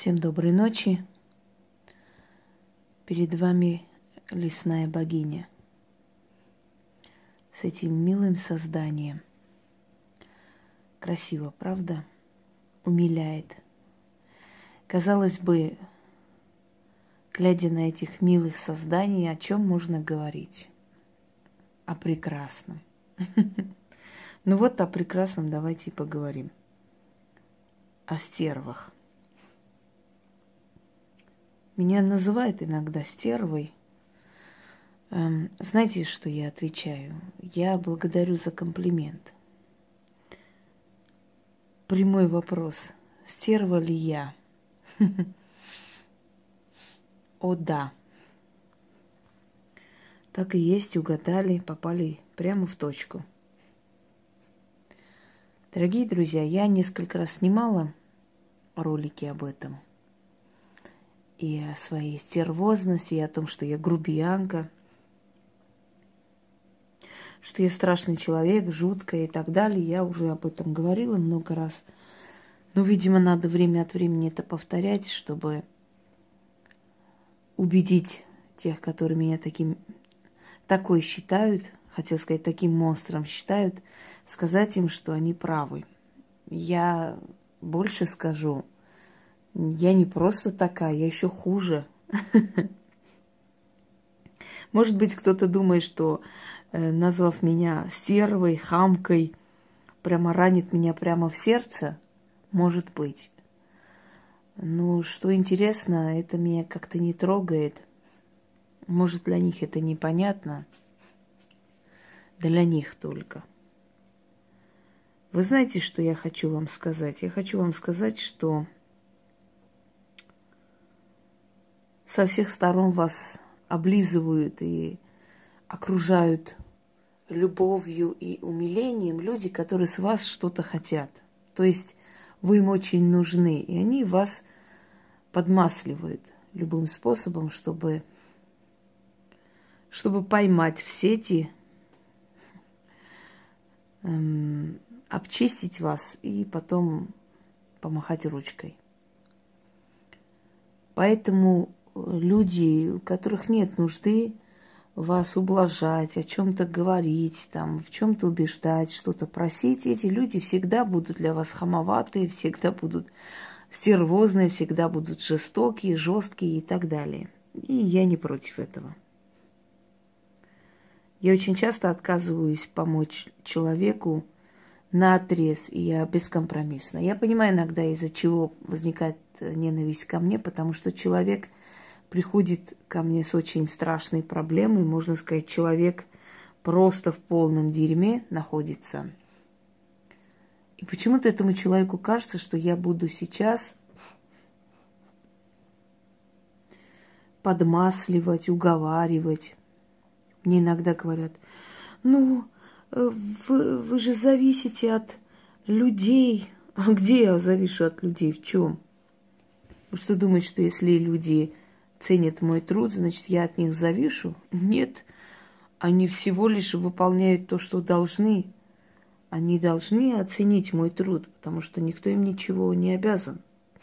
Всем доброй ночи. Перед вами лесная богиня с этим милым созданием. Красиво, правда? Умиляет. Казалось бы, глядя на этих милых созданий, о чем можно говорить? О прекрасном. Ну вот о прекрасном давайте и поговорим. О стервах. Меня называют иногда стервой. Знаете, что я отвечаю? Я благодарю за комплимент. Прямой вопрос. Стерва ли я? О, да. Так и есть, угадали, попали прямо в точку. Дорогие друзья, я несколько раз снимала ролики об этом. И о своей стервозности, и о том, что я грубиянка, что я страшный человек, жуткая и так далее. Я уже об этом говорила много раз. Но, видимо, надо время от времени это повторять, чтобы убедить тех, которые меня такой считают, хотел сказать, таким монстром считают, сказать им, что они правы. Я больше скажу. Я не просто такая, я еще хуже. Может быть, кто-то думает, что, назвав меня стервой, хамкой, прямо ранит меня прямо в сердце. Может быть. Но что интересно, это меня как-то не трогает. Может, для них это непонятно. Для них только. Вы знаете, что я хочу вам сказать? Я хочу вам сказать, что со всех сторон вас облизывают и окружают любовью и умилением люди, которые с вас что-то хотят. То есть вы им очень нужны, и они вас подмасливают любым способом, чтобы поймать в сети, обчистить вас и потом помахать ручкой. Поэтому люди, у которых нет нужды вас ублажать, о чем-то говорить, там, в чем-то убеждать, что-то просить, эти люди всегда будут для вас хамоватые, всегда будут стервозные, всегда будут жестокие, жесткие и так далее. И я не против этого. Я очень часто отказываюсь помочь человеку наотрез, и я бескомпромиссно. Я понимаю иногда, из-за чего возникает ненависть ко мне, потому что человек приходит ко мне с очень страшной проблемой, можно сказать, человек просто в полном дерьме находится. И почему-то этому человеку кажется, что я буду сейчас подмасливать, уговаривать. Мне иногда говорят, ну, вы же зависите от людей. А где я завишу от людей? В чем? Вы что думаете, что если люди ценят мой труд, значит, я от них завишу? Нет. Они всего лишь выполняют то, что должны. Они должны оценить мой труд, потому что никто им ничего не обязан.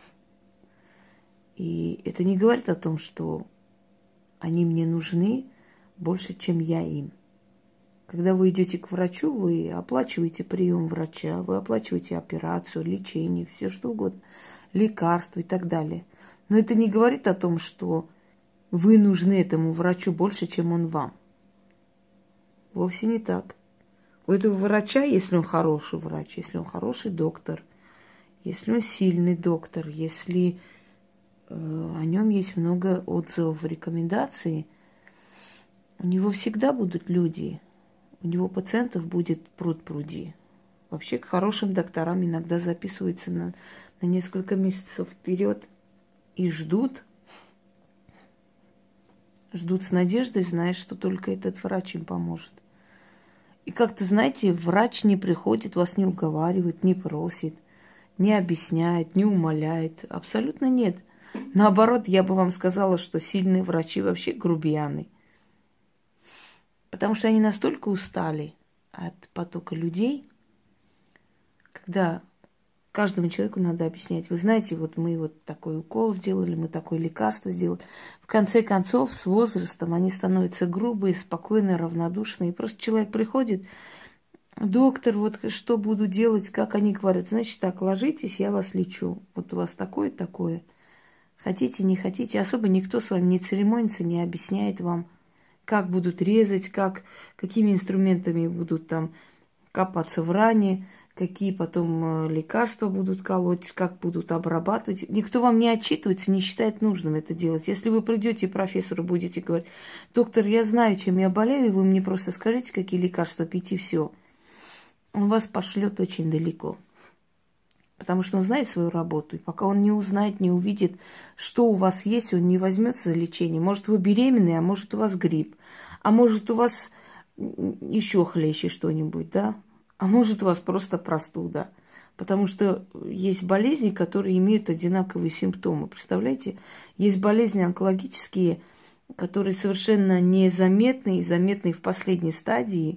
И это не говорит о том, что они мне нужны больше, чем я им. Когда вы идете к врачу, вы оплачиваете прием врача, вы оплачиваете операцию, лечение, все что угодно, лекарства и так далее. Но это не говорит о том, что вы нужны этому врачу больше, чем он вам. Вовсе не так. У этого врача, если он хороший врач, если он хороший доктор, если он сильный доктор, если о нем есть много отзывов, рекомендаций, у него всегда будут люди, у него пациентов будет пруд-пруди. Вообще к хорошим докторам иногда записываются на несколько месяцев вперед и ждут с надеждой, зная, что только этот врач им поможет. И как-то, знаете, врач не приходит, вас не уговаривает, не просит, не объясняет, не умоляет. Абсолютно нет. Наоборот, я бы вам сказала, что сильные врачи вообще грубияны. Потому что они настолько устали от потока людей, когда Каждому человеку надо объяснять. Вы знаете, вот мы вот такой укол сделали, мы такое лекарство сделали. В конце концов, с возрастом они становятся грубые, спокойные, равнодушные. И просто человек приходит, доктор, вот что буду делать, как они говорят. Значит так, ложитесь, я вас лечу. Вот у вас такое, такое. Хотите, не хотите. Особо никто с вами не церемонится, не объясняет вам, как будут резать, какими инструментами будут там копаться в ране, какие потом лекарства будут колоть, как будут обрабатывать. Никто вам не отчитывается, не считает нужным это делать. Если вы придете профессору, будете говорить: доктор, я знаю, чем я болею, вы мне просто скажите, какие лекарства пить, и все. Он вас пошлет очень далеко. Потому что он знает свою работу. И пока он не узнает, не увидит, что у вас есть, он не возьмется за лечение. Может, вы беременны, а может, у вас грипп. А может, у вас еще хлеще что-нибудь, да? А может, у вас просто простуда. Потому что есть болезни, которые имеют одинаковые симптомы. Представляете? Есть болезни онкологические, которые совершенно незаметны и заметны в последней стадии.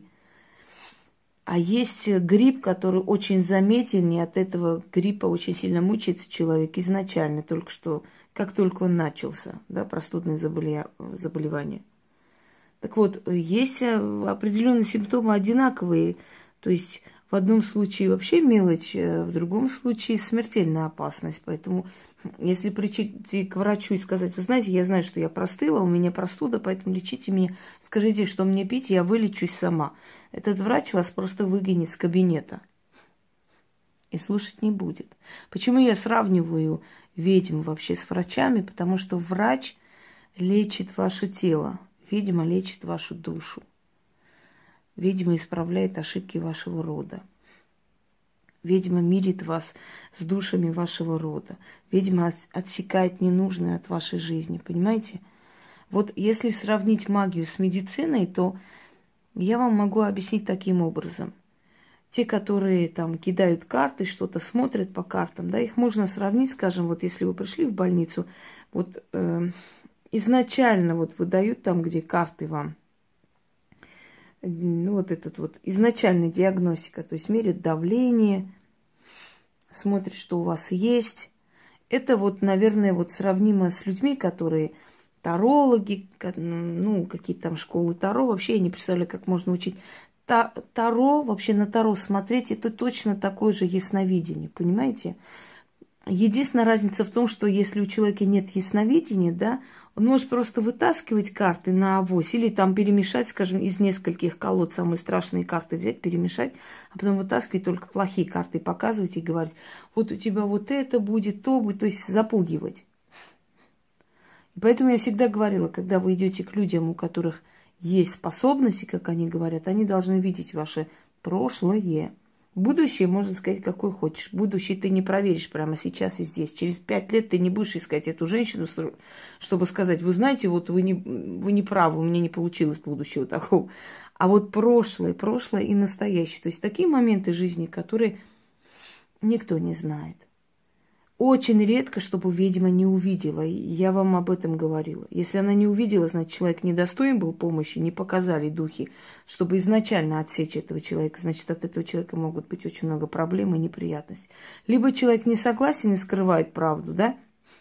А есть грипп, который очень заметен, и от этого гриппа очень сильно мучается человек изначально, только что, как только он начался, да, простудные заболевания. Так вот, есть определенные симптомы одинаковые, то есть в одном случае вообще мелочь, в другом случае смертельная опасность. Поэтому если прийти к врачу и сказать: вы знаете, я знаю, что я простыла, у меня простуда, поэтому лечите меня, скажите, что мне пить, я вылечусь сама. Этот врач вас просто выгонит с кабинета и слушать не будет. Почему я сравниваю ведьм вообще с врачами? Потому что врач лечит ваше тело, ведьма лечит вашу душу. Ведьма исправляет ошибки вашего рода. Ведьма мирит вас с душами вашего рода. Ведьма отсекает ненужное от вашей жизни. Понимаете? Вот если сравнить магию с медициной, то я вам могу объяснить таким образом. Те, которые там кидают карты, что-то смотрят по картам, да, их можно сравнить, скажем, вот если вы пришли в больницу, вот изначально вот выдают там, где карты вам, ну, вот этот вот изначальная диагностика, то есть мерят давление, смотрят, что у вас есть. Это вот, наверное, вот сравнимо с людьми, которые тарологи, ну, какие-то там школы Таро. Вообще я не представляю, как можно учить. Таро, вообще на Таро смотреть, это точно такое же ясновидение, понимаете? Единственная разница в том, что если у человека нет ясновидения, да, он может просто вытаскивать карты на авось или там перемешать, скажем, из нескольких колод самые страшные карты взять, перемешать, а потом вытаскивать только плохие карты, показывать и говорить: вот у тебя вот это будет, то будет, то есть запугивать. И поэтому я всегда говорила, когда вы идете к людям, у которых есть способности, как они говорят, они должны видеть ваше прошлое. Будущее, можно сказать, какое хочешь. Будущее ты не проверишь прямо сейчас и здесь. Через 5 лет ты не будешь искать эту женщину, чтобы сказать: вы знаете, вот вы не правы, у меня не получилось будущего такого. А вот прошлое и настоящее. То есть такие моменты жизни, которые никто не знает. Очень редко, чтобы ведьма не увидела. Я вам об этом говорила. Если она не увидела, значит, человек недостоин был помощи, не показали духи, чтобы изначально отсечь этого человека. Значит, от этого человека могут быть очень много проблем и неприятностей. Либо человек не согласен и скрывает правду, да?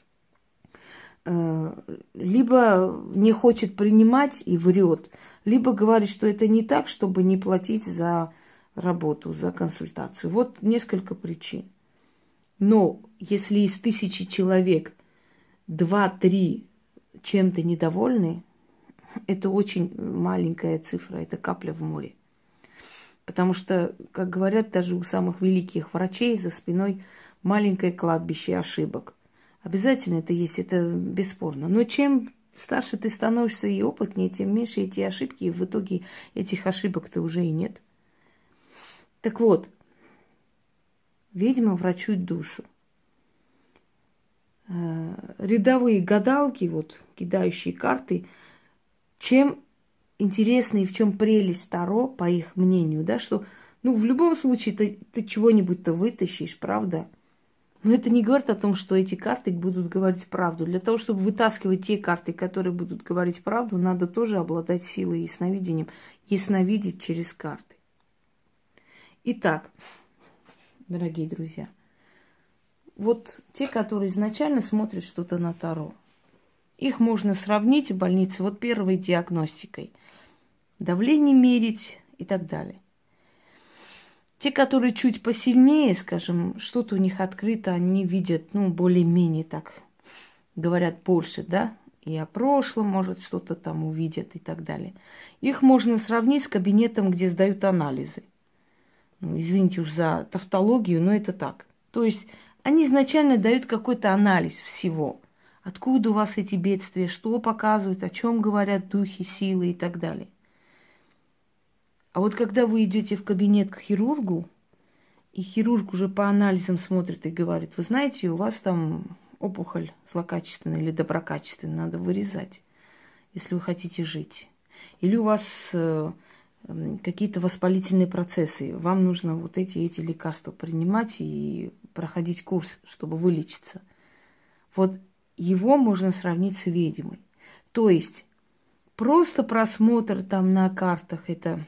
Либо не хочет принимать и врет. Либо говорит, что это не так, чтобы не платить за работу, за консультацию. Вот несколько причин. Но если из 1000 человек 2-3 чем-то недовольны, это очень маленькая цифра, это капля в море. Потому что, как говорят даже у самых великих врачей, за спиной маленькое кладбище ошибок. Обязательно это есть, это бесспорно. Но чем старше ты становишься и опытнее, тем меньше эти ошибки, и в итоге этих ошибок-то уже и нет. Так вот, ведьма врачует душу. Рядовые гадалки, вот, кидающие карты, чем интересно и в чем прелесть Таро, по их мнению, да, что, ну, в любом случае ты чего-нибудь-то вытащишь, правда? Но это не говорит о том, что эти карты будут говорить правду. Для того, чтобы вытаскивать те карты, которые будут говорить правду, надо тоже обладать силой и ясновидением. Ясновидеть через карты. Итак, дорогие друзья, вот те, которые изначально смотрят что-то на Таро. Их можно сравнить в больнице вот первой диагностикой. Давление мерить и так далее. Те, которые чуть посильнее, скажем, что-то у них открыто, они видят, ну, более-менее так, говорят больше, да, и о прошлом, может, что-то там увидят и так далее. Их можно сравнить с кабинетом, где сдают анализы. Ну, извините уж за тавтологию, но это так. То есть они изначально дают какой-то анализ всего. Откуда у вас эти бедствия, что показывают, о чем говорят духи, силы и так далее. А вот когда вы идете в кабинет к хирургу, и хирург уже по анализам смотрит и говорит, вы знаете, у вас там опухоль злокачественная или доброкачественная, надо вырезать, если вы хотите жить. Или у вас какие-то воспалительные процессы, вам нужно вот эти лекарства принимать и проходить курс, чтобы вылечиться. Вот его можно сравнить с ведьмой. То есть просто просмотр там на картах – это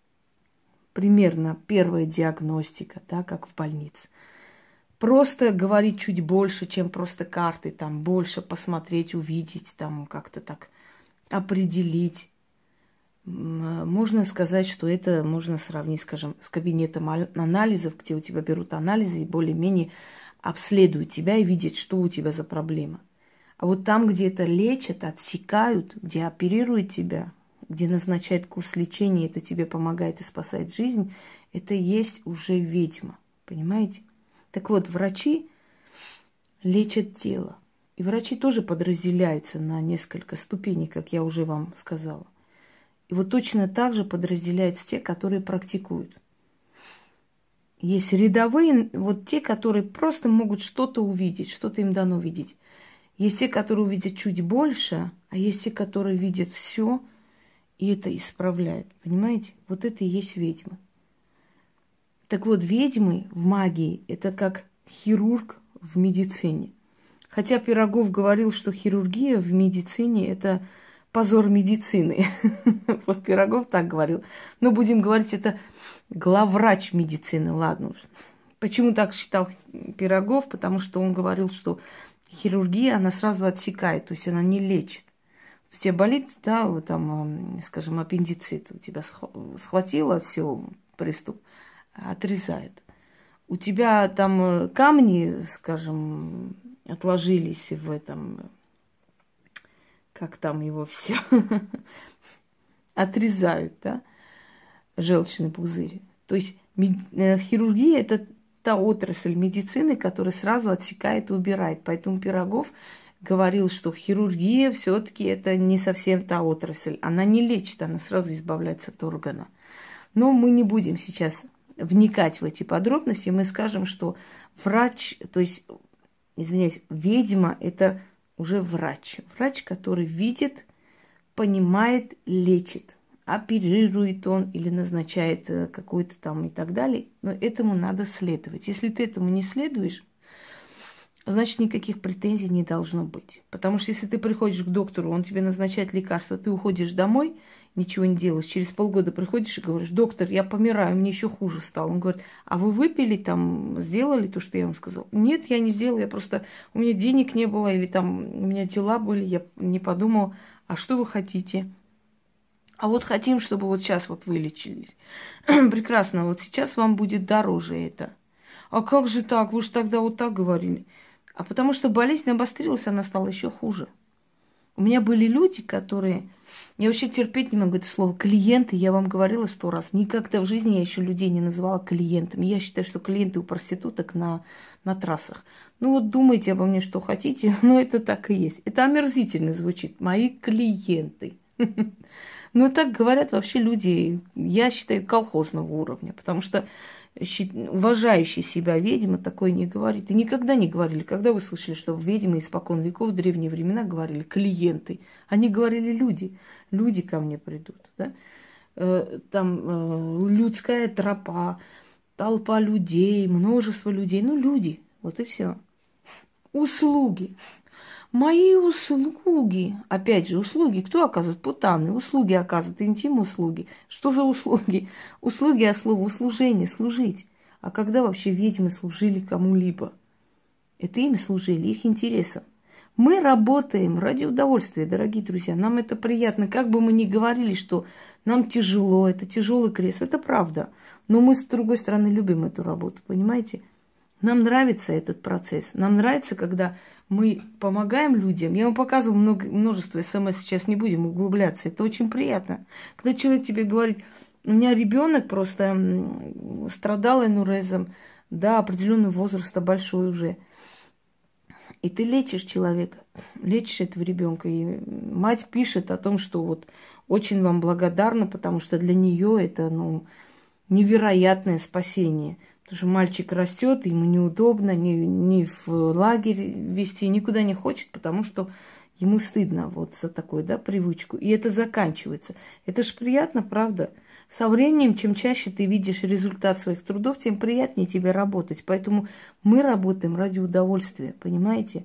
примерно первая диагностика, да, как в больнице. Просто говорить чуть больше, чем просто карты, там больше посмотреть, увидеть, там как-то так определить. Можно сказать, что это можно сравнить, скажем, с кабинетом анализов, где у тебя берут анализы и более-менее обследуют тебя и видят, что у тебя за проблема. А вот там, где это лечат, отсекают, где оперируют тебя, где назначают курс лечения, это тебе помогает и спасает жизнь, это и есть уже ведьма. Понимаете? Так вот, врачи лечат тело. И врачи тоже подразделяются на несколько ступеней, как я уже вам сказала. И вот точно так же подразделяются те, которые практикуют. Есть рядовые, вот те, которые просто могут что-то увидеть, что-то им дано видеть. Есть те, которые увидят чуть больше, а есть те, которые видят все и это исправляют. Понимаете? Вот это и есть ведьмы. Так вот, ведьмы в магии – это как хирург в медицине. Хотя Пирогов говорил, что хирургия в медицине – это позор медицины. Вот Пирогов так говорил. Но будем говорить, это главврач медицины, ладно уж. Почему так считал Пирогов? Потому что он говорил, что хирургия, она сразу отсекает, то есть она не лечит. У тебя болит, да, вот там, скажем, аппендицит, у тебя схватило все, приступ, отрезают. У тебя там камни, скажем, отложились в этом, как там его все, отрезают, да, желчный пузырь. То есть хирургия – это та отрасль медицины, которая сразу отсекает и убирает. Поэтому Пирогов говорил, что хирургия все-таки это не совсем та отрасль. Она не лечит, она сразу избавляется от органа. Но мы не будем сейчас вникать в эти подробности. Мы скажем, что врач, то есть, извиняюсь, ведьма – это уже врач. Врач, который видит, понимает, лечит. Оперирует он или назначает какой-то там и так далее. Но этому надо следовать. Если ты этому не следуешь, значит, никаких претензий не должно быть. Потому что если ты приходишь к доктору, он тебе назначает лекарство, ты уходишь домой, ничего не делаешь, через полгода приходишь и говоришь: доктор, я помираю, мне еще хуже стало. Он говорит: а вы выпили там, сделали то, что я вам сказал? Нет, я не сделала, я просто, у меня денег не было, или там у меня дела были, я не подумала, а что вы хотите? А вот хотим, чтобы вот сейчас вот вы лечились. Прекрасно, вот сейчас вам будет дороже это. А как же так? Вы же тогда вот так говорили. А потому что болезнь обострилась, она стала еще хуже. У меня были люди, которые... Я вообще терпеть не могу это слово клиенты. Я вам говорила 100 раз. Никогда в жизни я еще людей не называла клиентами. Я считаю, что клиенты у проституток на трассах. Ну вот думайте обо мне, что хотите, но это так и есть. Это омерзительно звучит. Мои клиенты. Ну, так говорят вообще люди, я считаю, колхозного уровня, потому что уважающий себя ведьма такое не говорит. И никогда не говорили. Когда вы слышали, что ведьмы испокон веков в древние времена говорили клиенты? Они говорили люди. Люди ко мне придут. Да? Там людская тропа, толпа людей, множество людей. Ну, люди. Вот и все. Услуги. Мои услуги, опять же, услуги, кто оказывает? Путаны, услуги оказывают, интим-услуги. Что за услуги? Услуги от слова услужение, служить. А когда вообще ведьмы служили кому-либо? Это ими служили, их интересам. Мы работаем ради удовольствия, дорогие друзья. Нам это приятно. Как бы мы ни говорили, что нам тяжело, это тяжелый крест, это правда. Но мы, с другой стороны, любим эту работу, понимаете? Нам нравится этот процесс. Нам нравится, когда мы помогаем людям. Я вам показывала множество СМС, сейчас не будем углубляться. Это очень приятно. Когда человек тебе говорит, у меня ребенок просто страдал энурезом до определенного возраста, большой уже. И ты лечишь человека, лечишь этого ребенка. И мать пишет о том, что вот очень вам благодарна, потому что для нее это невероятное спасение. Потому что мальчик растет, ему неудобно ни в лагерь везти, никуда не хочет, потому что ему стыдно вот за такую, привычку. И это заканчивается. Это же приятно, правда? Со временем, чем чаще ты видишь результат своих трудов, тем приятнее тебе работать. Поэтому мы работаем ради удовольствия, понимаете?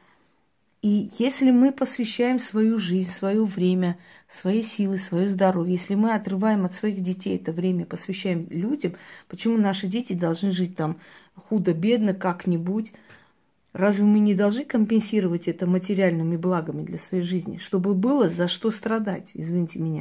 И если мы посвящаем свою жизнь, свое время, свои силы, свое здоровье, если мы отрываем от своих детей это время, посвящаем людям, почему наши дети должны жить там худо-бедно как-нибудь? Разве мы не должны компенсировать это материальными благами для своей жизни, чтобы было за что страдать, извините меня?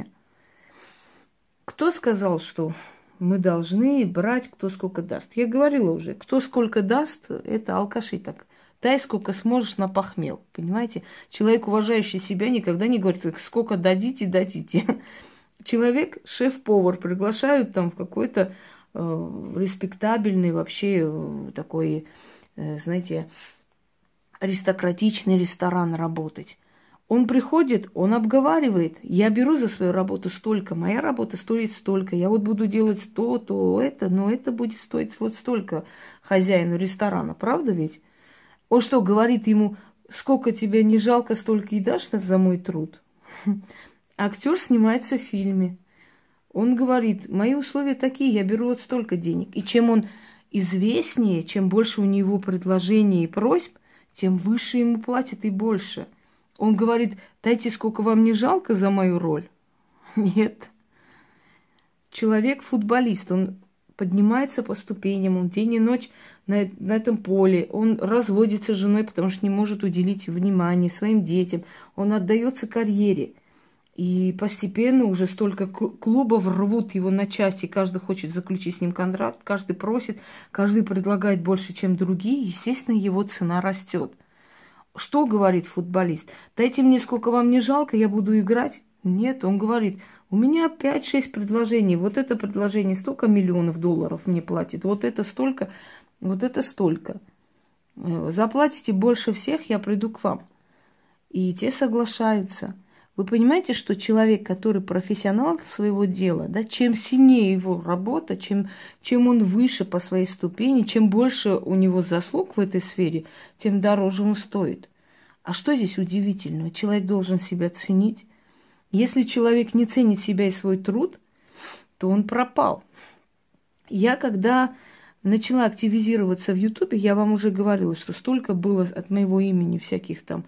Кто сказал, что мы должны брать, кто сколько даст? Я говорила уже, кто сколько даст, это алкаши так. Дай сколько сможешь на похмел, понимаете? Человек, уважающий себя, никогда не говорит, сколько дадите, дадите. Человек, шеф-повар, приглашают там в какой-то респектабельный вообще такой, знаете, аристократичный ресторан работать. Он приходит, он обговаривает, я беру за свою работу столько, моя работа стоит столько, я вот буду делать то, это, но это будет стоить вот столько хозяину ресторана, правда ведь? Он что, говорит ему, сколько тебе не жалко, столько и дашь за мой труд? Актер снимается в фильме. Он говорит, мои условия такие, я беру вот столько денег. И чем он известнее, чем больше у него предложений и просьб, тем выше ему платят и больше. Он говорит, дайте, сколько вам не жалко за мою роль. Нет. Человек-футболист, он поднимается по ступеням, он день и ночь на этом поле, он разводится с женой, потому что не может уделить внимание своим детям, он отдается карьере. И постепенно уже столько клубов рвут его на части, каждый хочет заключить с ним контракт, каждый просит, каждый предлагает больше, чем другие, естественно, его цена растет. Что говорит футболист? Дайте мне, сколько вам не жалко, я буду играть. Нет, он говорит, у меня 5-6 предложений. Вот это предложение столько миллионов долларов мне платит. Вот это столько, вот это столько. Заплатите больше всех, я приду к вам. И те соглашаются. Вы понимаете, что человек, который профессионал своего дела, чем сильнее его работа, чем он выше по своей ступени, чем больше у него заслуг в этой сфере, тем дороже он стоит. А что здесь удивительного? Человек должен себя ценить. Если человек не ценит себя и свой труд, то он пропал. Я когда начала активизироваться в Ютубе, я вам уже говорила, что столько было от моего имени всяких там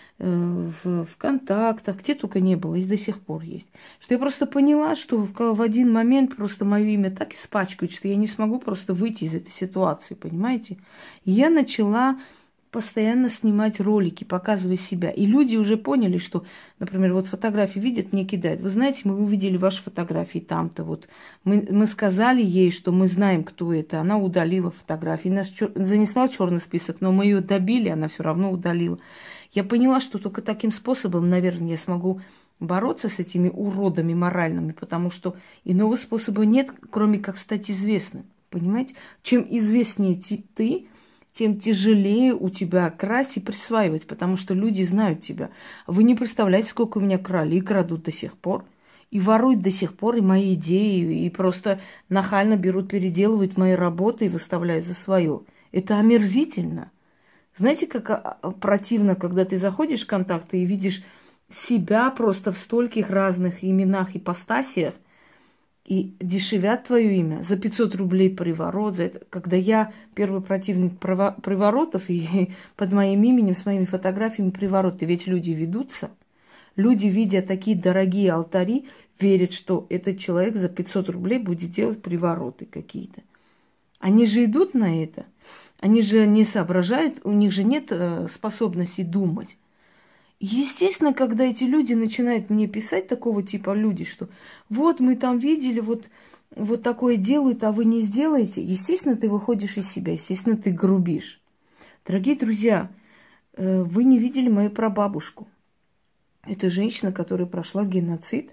в ВКонтактах, где только не было, и до сих пор есть. Что я просто поняла, что в один момент просто мое имя так испачкают, что я не смогу просто выйти из этой ситуации, понимаете? И я начала постоянно снимать ролики, показывая себя. И люди уже поняли, что, например, вот фотографии видят, мне кидают. Вы знаете, мы увидели ваши фотографии там-то. Вот. Мы сказали ей, что мы знаем, кто это. Она удалила фотографии. Нас занесла в черный список, но мы ее добили, она все равно удалила. Я поняла, что только таким способом, наверное, я смогу бороться с этими уродами моральными, потому что иного способа нет, кроме как стать известным. Понимаете? Чем известнее ты, тем тяжелее у тебя красть и присваивать, потому что люди знают тебя. Вы не представляете, сколько у меня крали и крадут до сих пор, и воруют до сих пор и мои идеи, и просто нахально берут, переделывают мои работы и выставляют за свое. Это омерзительно. Знаете, как противно, когда ты заходишь в контакты и видишь себя просто в стольких разных именах и ипостасиях, и дешевят твое имя за 500 рублей приворот. За это. Когда я первый противник приворотов, и под моим именем, с моими фотографиями привороты, ведь люди ведутся. Люди, видя такие дорогие алтари, верят, что этот человек за 500 рублей будет делать привороты какие-то. Они же идут на это. Они же не соображают, у них же нет способности думать. Естественно, когда эти люди начинают мне писать такого типа люди, что вот мы там видели, вот такое делают, а вы не сделаете, естественно, ты выходишь из себя, естественно, ты грубишь. Дорогие друзья, вы не видели мою прабабушку. Это женщина, которая прошла геноцид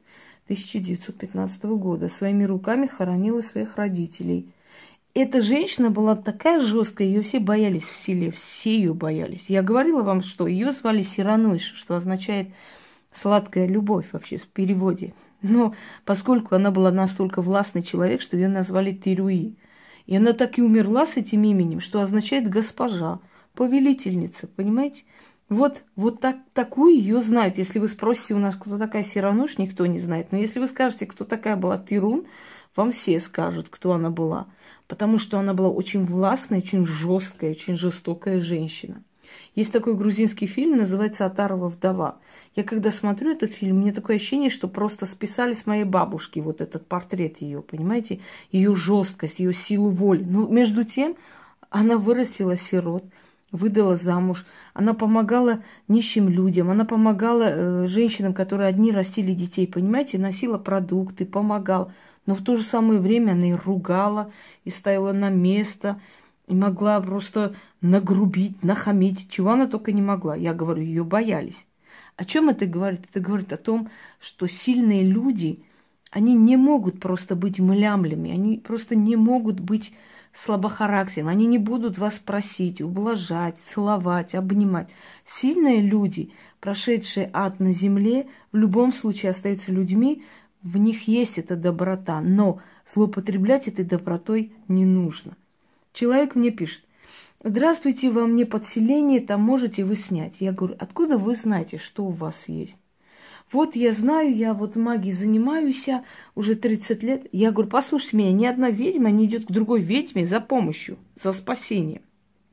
1915 года, своими руками хоронила своих родителей. Эта женщина была такая жесткая, ее все боялись в селе, все ее боялись. Я говорила вам, что ее звали Сиранойша, что означает сладкая любовь вообще в переводе. Но поскольку она была настолько властный человек, что ее назвали Тируи. И она так и умерла с этим именем, что означает госпожа, повелительница, понимаете? Вот такую ее знают. Если вы спросите у нас, кто такая Сиранойша, никто не знает. Но если вы скажете, кто такая была Тирун, вам все скажут, кто она была. Потому что она была очень властная, очень жесткая, очень жестокая женщина. Есть такой грузинский фильм, называется «Атарова вдова». Я когда смотрю этот фильм, мне такое ощущение, что просто списали с моей бабушки вот этот портрет ее, понимаете? Ее жесткость, ее силу воли. Но между тем она вырастила сирот, выдала замуж, она помогала нищим людям, она помогала женщинам, которые одни растили детей, понимаете? Носила продукты, помогала. Но в то же самое время она и ругала, и ставила на место, и могла просто нагрубить, нахамить, чего она только не могла. Я говорю, ее боялись. О чем это говорит? Это говорит о том, что сильные люди, они не могут просто быть млямлями, они просто не могут быть слабохарактерными, они не будут вас просить, ублажать, целовать, обнимать. Сильные люди, прошедшие ад на земле, в любом случае остаются людьми, в них есть эта доброта, но злоупотреблять этой добротой не нужно. Человек мне пишет: здравствуйте, во мне подселение, там можете вы снять. Я говорю, откуда вы знаете, что у вас есть? Вот я знаю, я вот магией занимаюсь уже 30 лет. Я говорю, послушайте меня, ни одна ведьма не идет к другой ведьме за помощью, за спасением.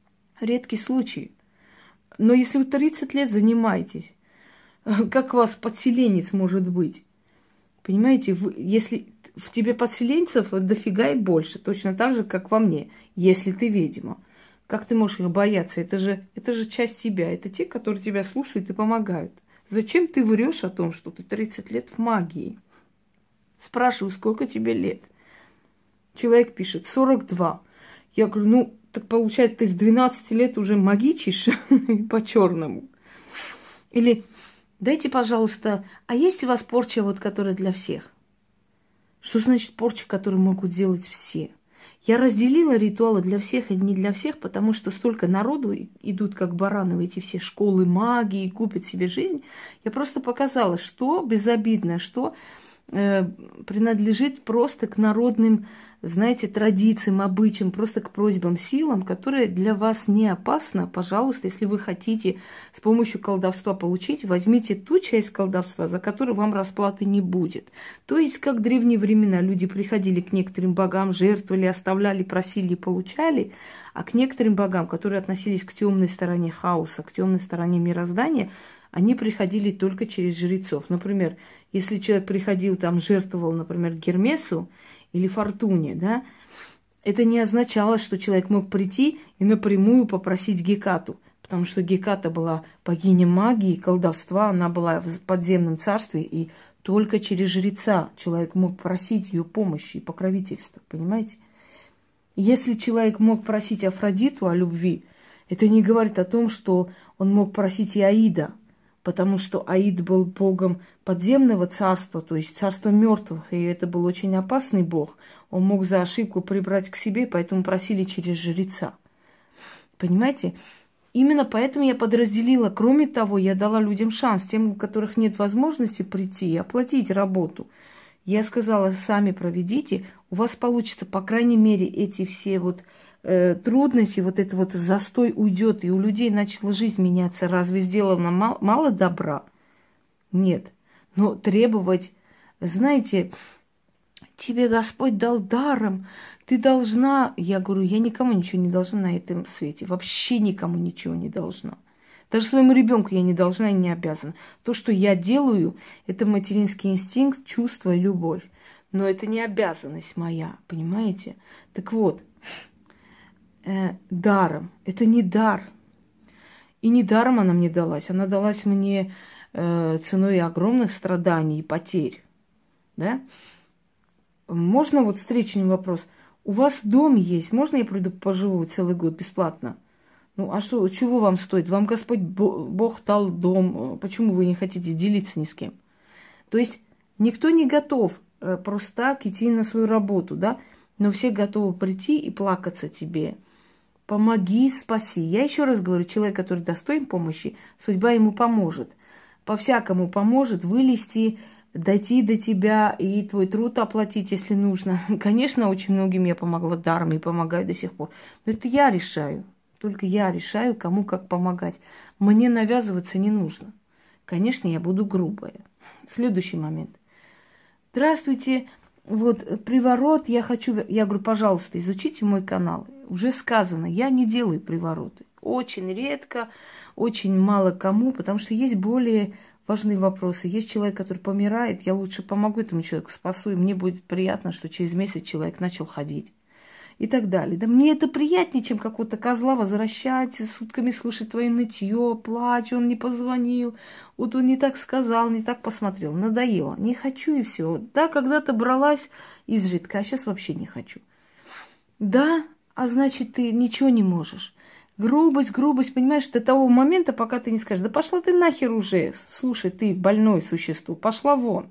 Редкий случай. Но если вы 30 лет занимаетесь, как у вас подселенец может быть? Понимаете, если в тебе подселенцев дофига и больше, точно так же, как во мне, если ты ведьма. Как ты можешь их бояться? Это же часть тебя. Это те, которые тебя слушают и помогают. Зачем ты врешь о том, что ты 30 лет в магии? Спрашиваю, сколько тебе лет? Человек пишет, 42. Я говорю, ну, так получается, ты с 12 лет уже магичишь по-черному. Или... дайте, пожалуйста, а есть у вас порча, вот, которая для всех? Что значит порча, которую могут делать все? Я разделила ритуалы для всех и не для всех, потому что столько народу идут, как бараны, в эти все школы магии, купят себе жизнь. Я просто показала, что безобидно, что принадлежит просто к народным, знаете, традициям, обычаям, просто к просьбам, силам, которые для вас не опасны. Пожалуйста, если вы хотите с помощью колдовства получить, возьмите ту часть колдовства, за которую вам расплаты не будет. То есть, как в древние времена люди приходили к некоторым богам, жертвовали, оставляли, просили и получали, а к некоторым богам, которые относились к темной стороне хаоса, к темной стороне мироздания, они приходили только через жрецов. Например, если человек приходил, там, жертвовал, например, Гермесу или Фортуне, да, это не означало, что человек мог прийти и напрямую попросить Гекату, потому что Геката была богиня магии, колдовства, она была в подземном царстве, и только через жреца человек мог просить ее помощи и покровительства, понимаете? Если человек мог просить Афродиту о любви, это не говорит о том, что он мог просить и Аида, потому что Аид был богом подземного царства, то есть царства мертвых, и это был очень опасный бог. Он мог за ошибку прибрать к себе, поэтому просили через жреца. Понимаете? Именно поэтому я подразделила. Кроме того, я дала людям шанс, тем, у которых нет возможности прийти и оплатить работу. Я сказала, сами проведите, у вас получится, по крайней мере, эти все вот трудности, вот этот вот застой уйдет, и у людей начала жизнь меняться. Разве сделано мало добра? Нет. Но требовать, знаете, тебе Господь дал даром, ты должна... Я говорю, я никому ничего не должна на этом свете, вообще никому ничего не должна. Даже своему ребенку я не должна и не обязана. То, что я делаю, это материнский инстинкт, чувство и любовь. Но это не обязанность моя, понимаете? Так вот, даром. Это не дар. И не даром она мне далась. Она далась мне ценой огромных страданий и потерь. Да? Можно вот встречный вопрос. У вас дом есть, можно я приду поживу целый год бесплатно? Ну, а что, чего вам стоит? Вам Господь Бог дал дом, почему вы не хотите делиться ни с кем? То есть никто не готов просто так идти на свою работу, да? Но все готовы прийти и плакаться тебе. Помоги, спаси. Я еще раз говорю, человек, который достоин помощи, судьба ему поможет. По-всякому поможет вылезти, дойти до тебя и твой труд оплатить, если нужно. Конечно, очень многим я помогла даром и помогаю до сих пор. Но это я решаю. Только я решаю, кому как помогать. Мне навязываться не нужно. Конечно, я буду грубая. Следующий момент. Здравствуйте. Вот приворот я хочу... Я говорю, пожалуйста, изучите мой канал. Уже сказано, я не делаю привороты. Очень редко, очень мало кому, потому что есть более важные вопросы. Есть человек, который помирает, я лучше помогу этому человеку, спасу, и мне будет приятно, что через месяц человек начал ходить. И так далее. Да мне это приятнее, чем какого-то козла возвращать, сутками слушать твое нытье, плач, он не позвонил, вот он не так сказал, не так посмотрел. Надоело. Не хочу и все. Да, когда-то бралась изредка, а сейчас вообще не хочу. Да, а значит, ты ничего не можешь. Грубость, понимаешь, до того момента, пока ты не скажешь, да пошла ты нахер уже, слушай, ты больное существо, пошла вон.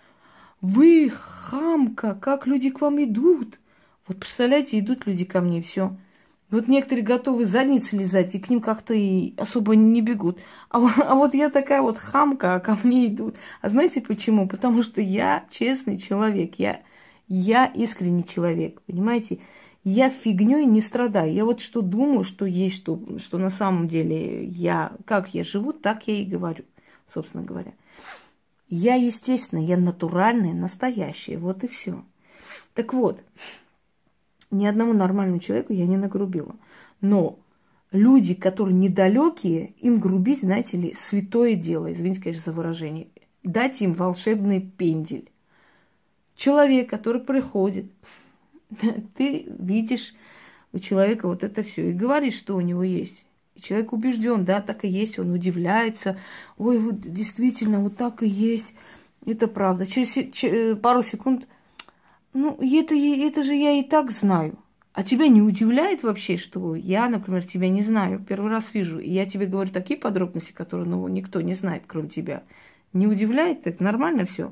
Вы, хамка, как люди к вам идут. Вот представляете, идут люди ко мне, все. Вот некоторые готовы задницы лизать, и к ним как-то и особо не бегут. А вот я такая вот хамка, а ко мне идут. А знаете почему? Потому что я честный человек, я искренний человек, понимаете? Я фигнёй не страдаю. Я вот что думаю, что есть, что на самом деле как я живу, так я и говорю, собственно говоря. Я, естественно, я натуральная, настоящая, вот и все. Так вот, ни одному нормальному человеку я не нагрубила. Но люди, которые недалекие, им грубить, знаете ли, святое дело, извините, конечно, за выражение. Дать им волшебный пендель. Человек, который приходит, ты видишь у человека вот это все и говоришь, что у него есть. И человек убежден, да, так и есть, он удивляется. Ой, вот действительно, вот так и есть. Это правда. Через пару секунд... Ну, это же я и так знаю. А тебя не удивляет вообще, что я, например, тебя не знаю, первый раз вижу, и я тебе говорю такие подробности, которые, никто не знает, кроме тебя. Не удивляет? Это нормально все?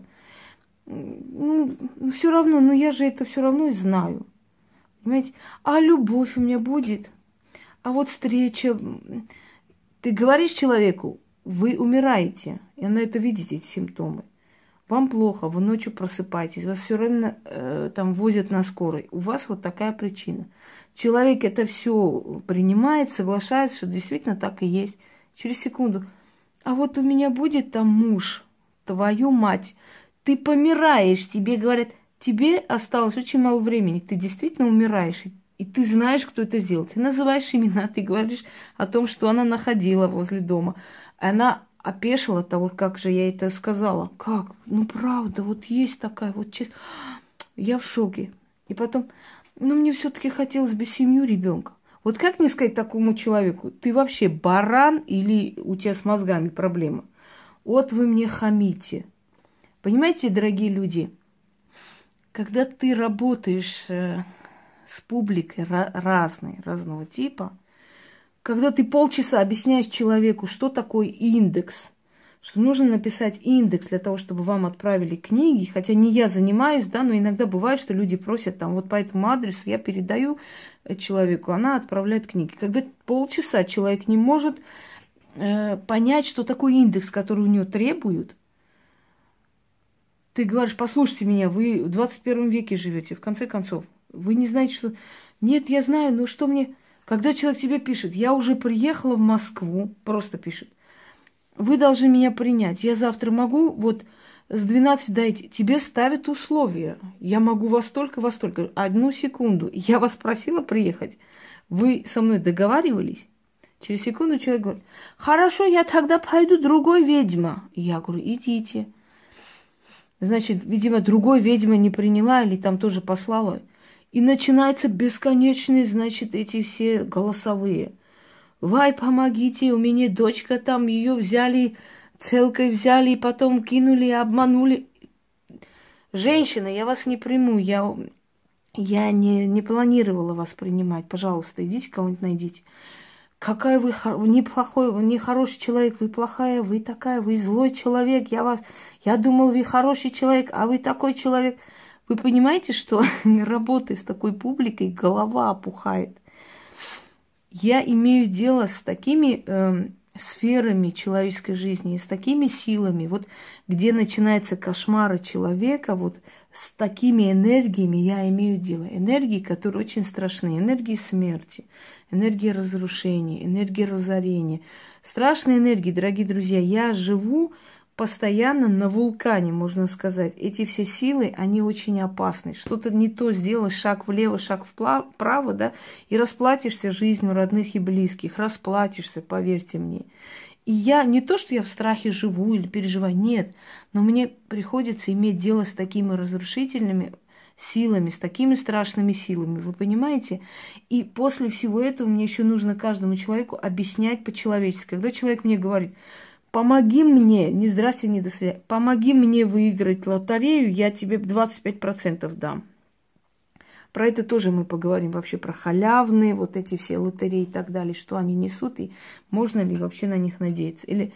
Ну, все равно, я же это все равно и знаю. Понимаете? А любовь у меня будет? А вот встреча... Ты говоришь человеку, вы умираете, и она это видит, эти симптомы. Вам плохо, вы ночью просыпаетесь, вас все время там возят на скорой. У вас вот такая причина. Человек это все принимает, соглашается, что действительно так и есть. Через секунду. А вот у меня будет там муж, твою мать. Ты помираешь, тебе говорят, тебе осталось очень мало времени, ты действительно умираешь. И ты знаешь, кто это сделал. Ты называешь имена, ты говоришь о том, что она находила возле дома. Она опешила от того, как же я это сказала. Как? Ну, правда, вот есть такая, вот честно. Я в шоке. И потом, мне все-таки хотелось бы семью, ребенка. Вот как не сказать такому человеку, ты вообще баран или у тебя с мозгами проблема? Вот вы мне хамите. Понимаете, дорогие люди, когда ты работаешь с публикой разного типа, когда ты полчаса объясняешь человеку, что такое индекс, что нужно написать индекс для того, чтобы вам отправили книги, хотя не я занимаюсь, да, но иногда бывает, что люди просят там, вот по этому адресу я передаю человеку, она отправляет книги. Когда полчаса человек не может понять, что такое индекс, который у него требуют, ты говоришь, послушайте меня, вы в 21 веке живете, в конце концов, вы не знаете, что... Нет, я знаю, но что мне... Когда человек тебе пишет, я уже приехала в Москву, просто пишет, вы должны меня принять, я завтра могу, вот с 12 дайте, тебе ставят условия, я могу во столько, одну секунду, я вас просила приехать, вы со мной договаривались? Через секунду человек говорит, хорошо, я тогда пойду другой ведьма. Я говорю, идите. Значит, видимо, другой ведьма не приняла или там тоже послала. И начинаются бесконечные, значит, эти все голосовые. Вай, помогите, у меня дочка там, ее взяли, целкой взяли, и потом кинули, обманули. Женщина, я вас не приму, я не планировала вас принимать. Пожалуйста, идите кого-нибудь найдите. Какая вы неплохой, нехороший человек, вы плохая, вы такая, вы злой человек, я думал, вы хороший человек, а вы такой человек. Вы понимаете, что работая с такой публикой, голова опухает. Я имею дело с такими сферами человеческой жизни, с такими силами, вот где начинаются кошмары человека, вот с такими энергиями я имею дело. Энергии, которые очень страшны. Энергии смерти, энергии разрушения, энергии разорения. Страшные энергии, дорогие друзья. Я живу постоянно на вулкане, можно сказать. Эти все силы, они очень опасны. Что-то не то сделаешь, шаг влево, шаг вправо, да, и расплатишься жизнью родных и близких. Расплатишься, поверьте мне. И я не то, что я в страхе живу или переживаю, нет, но мне приходится иметь дело с такими разрушительными силами, с такими страшными силами, вы понимаете? И после всего этого мне еще нужно каждому человеку объяснять по-человечески. Когда человек мне говорит: помоги мне, не здрасте, не до свидания, помоги мне выиграть лотерею, я тебе 25% дам. Про это тоже мы поговорим, вообще про халявные, вот эти все лотереи и так далее, что они несут, и можно ли вообще на них надеяться. Или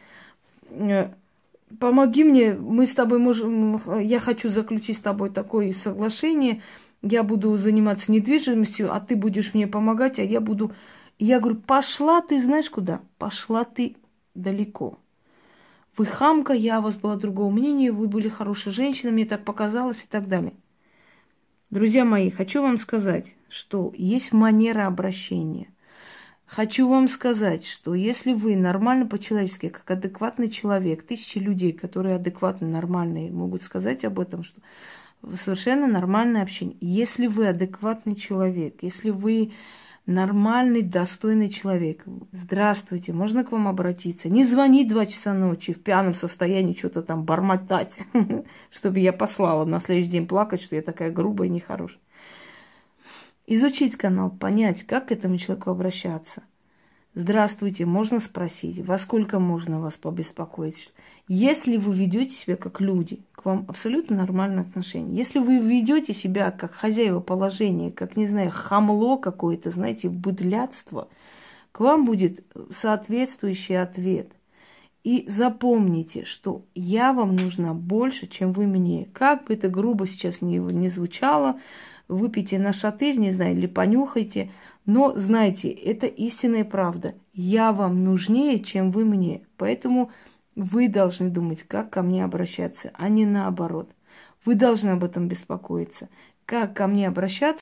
помоги мне, мы с тобой можем, я хочу заключить с тобой такое соглашение, я буду заниматься недвижимостью, а ты будешь мне помогать, а я буду... Я говорю, пошла ты знаешь куда? Пошла ты далеко. Вы хамка, я о вас была другого мнения, вы были хорошей женщиной, мне так показалось и так далее. Друзья мои, хочу вам сказать, что есть манера обращения. Хочу вам сказать, что если вы нормально по-человечески, как адекватный человек, тысячи людей, которые адекватны, нормальные, могут сказать об этом, что совершенно нормальное общение. Если вы адекватный человек, если вы нормальный, достойный человек, здравствуйте, можно к вам обратиться. Не звонить 2 часа ночи в пьяном состоянии, что-то там бормотать, чтобы я послала на следующий день плакать, что я такая грубая и нехорошая. Изучить канал, понять, как к этому человеку обращаться. Здравствуйте, можно спросить, во сколько можно вас побеспокоить. Если вы ведете себя как люди, к вам абсолютно нормальное отношение. Если вы ведете себя как хозяева положения, как, не знаю, хамло какое-то, знаете, быдлятство, к вам будет соответствующий ответ. И запомните, что я вам нужна больше, чем вы мне. Как бы это грубо сейчас не звучало, выпейте на шатырь, не знаю, или понюхайте, но знайте, это истинная правда. Я вам нужнее, чем вы мне. Поэтому вы должны думать, как ко мне обращаться, а не наоборот. Вы должны об этом беспокоиться. Как ко мне обращаться,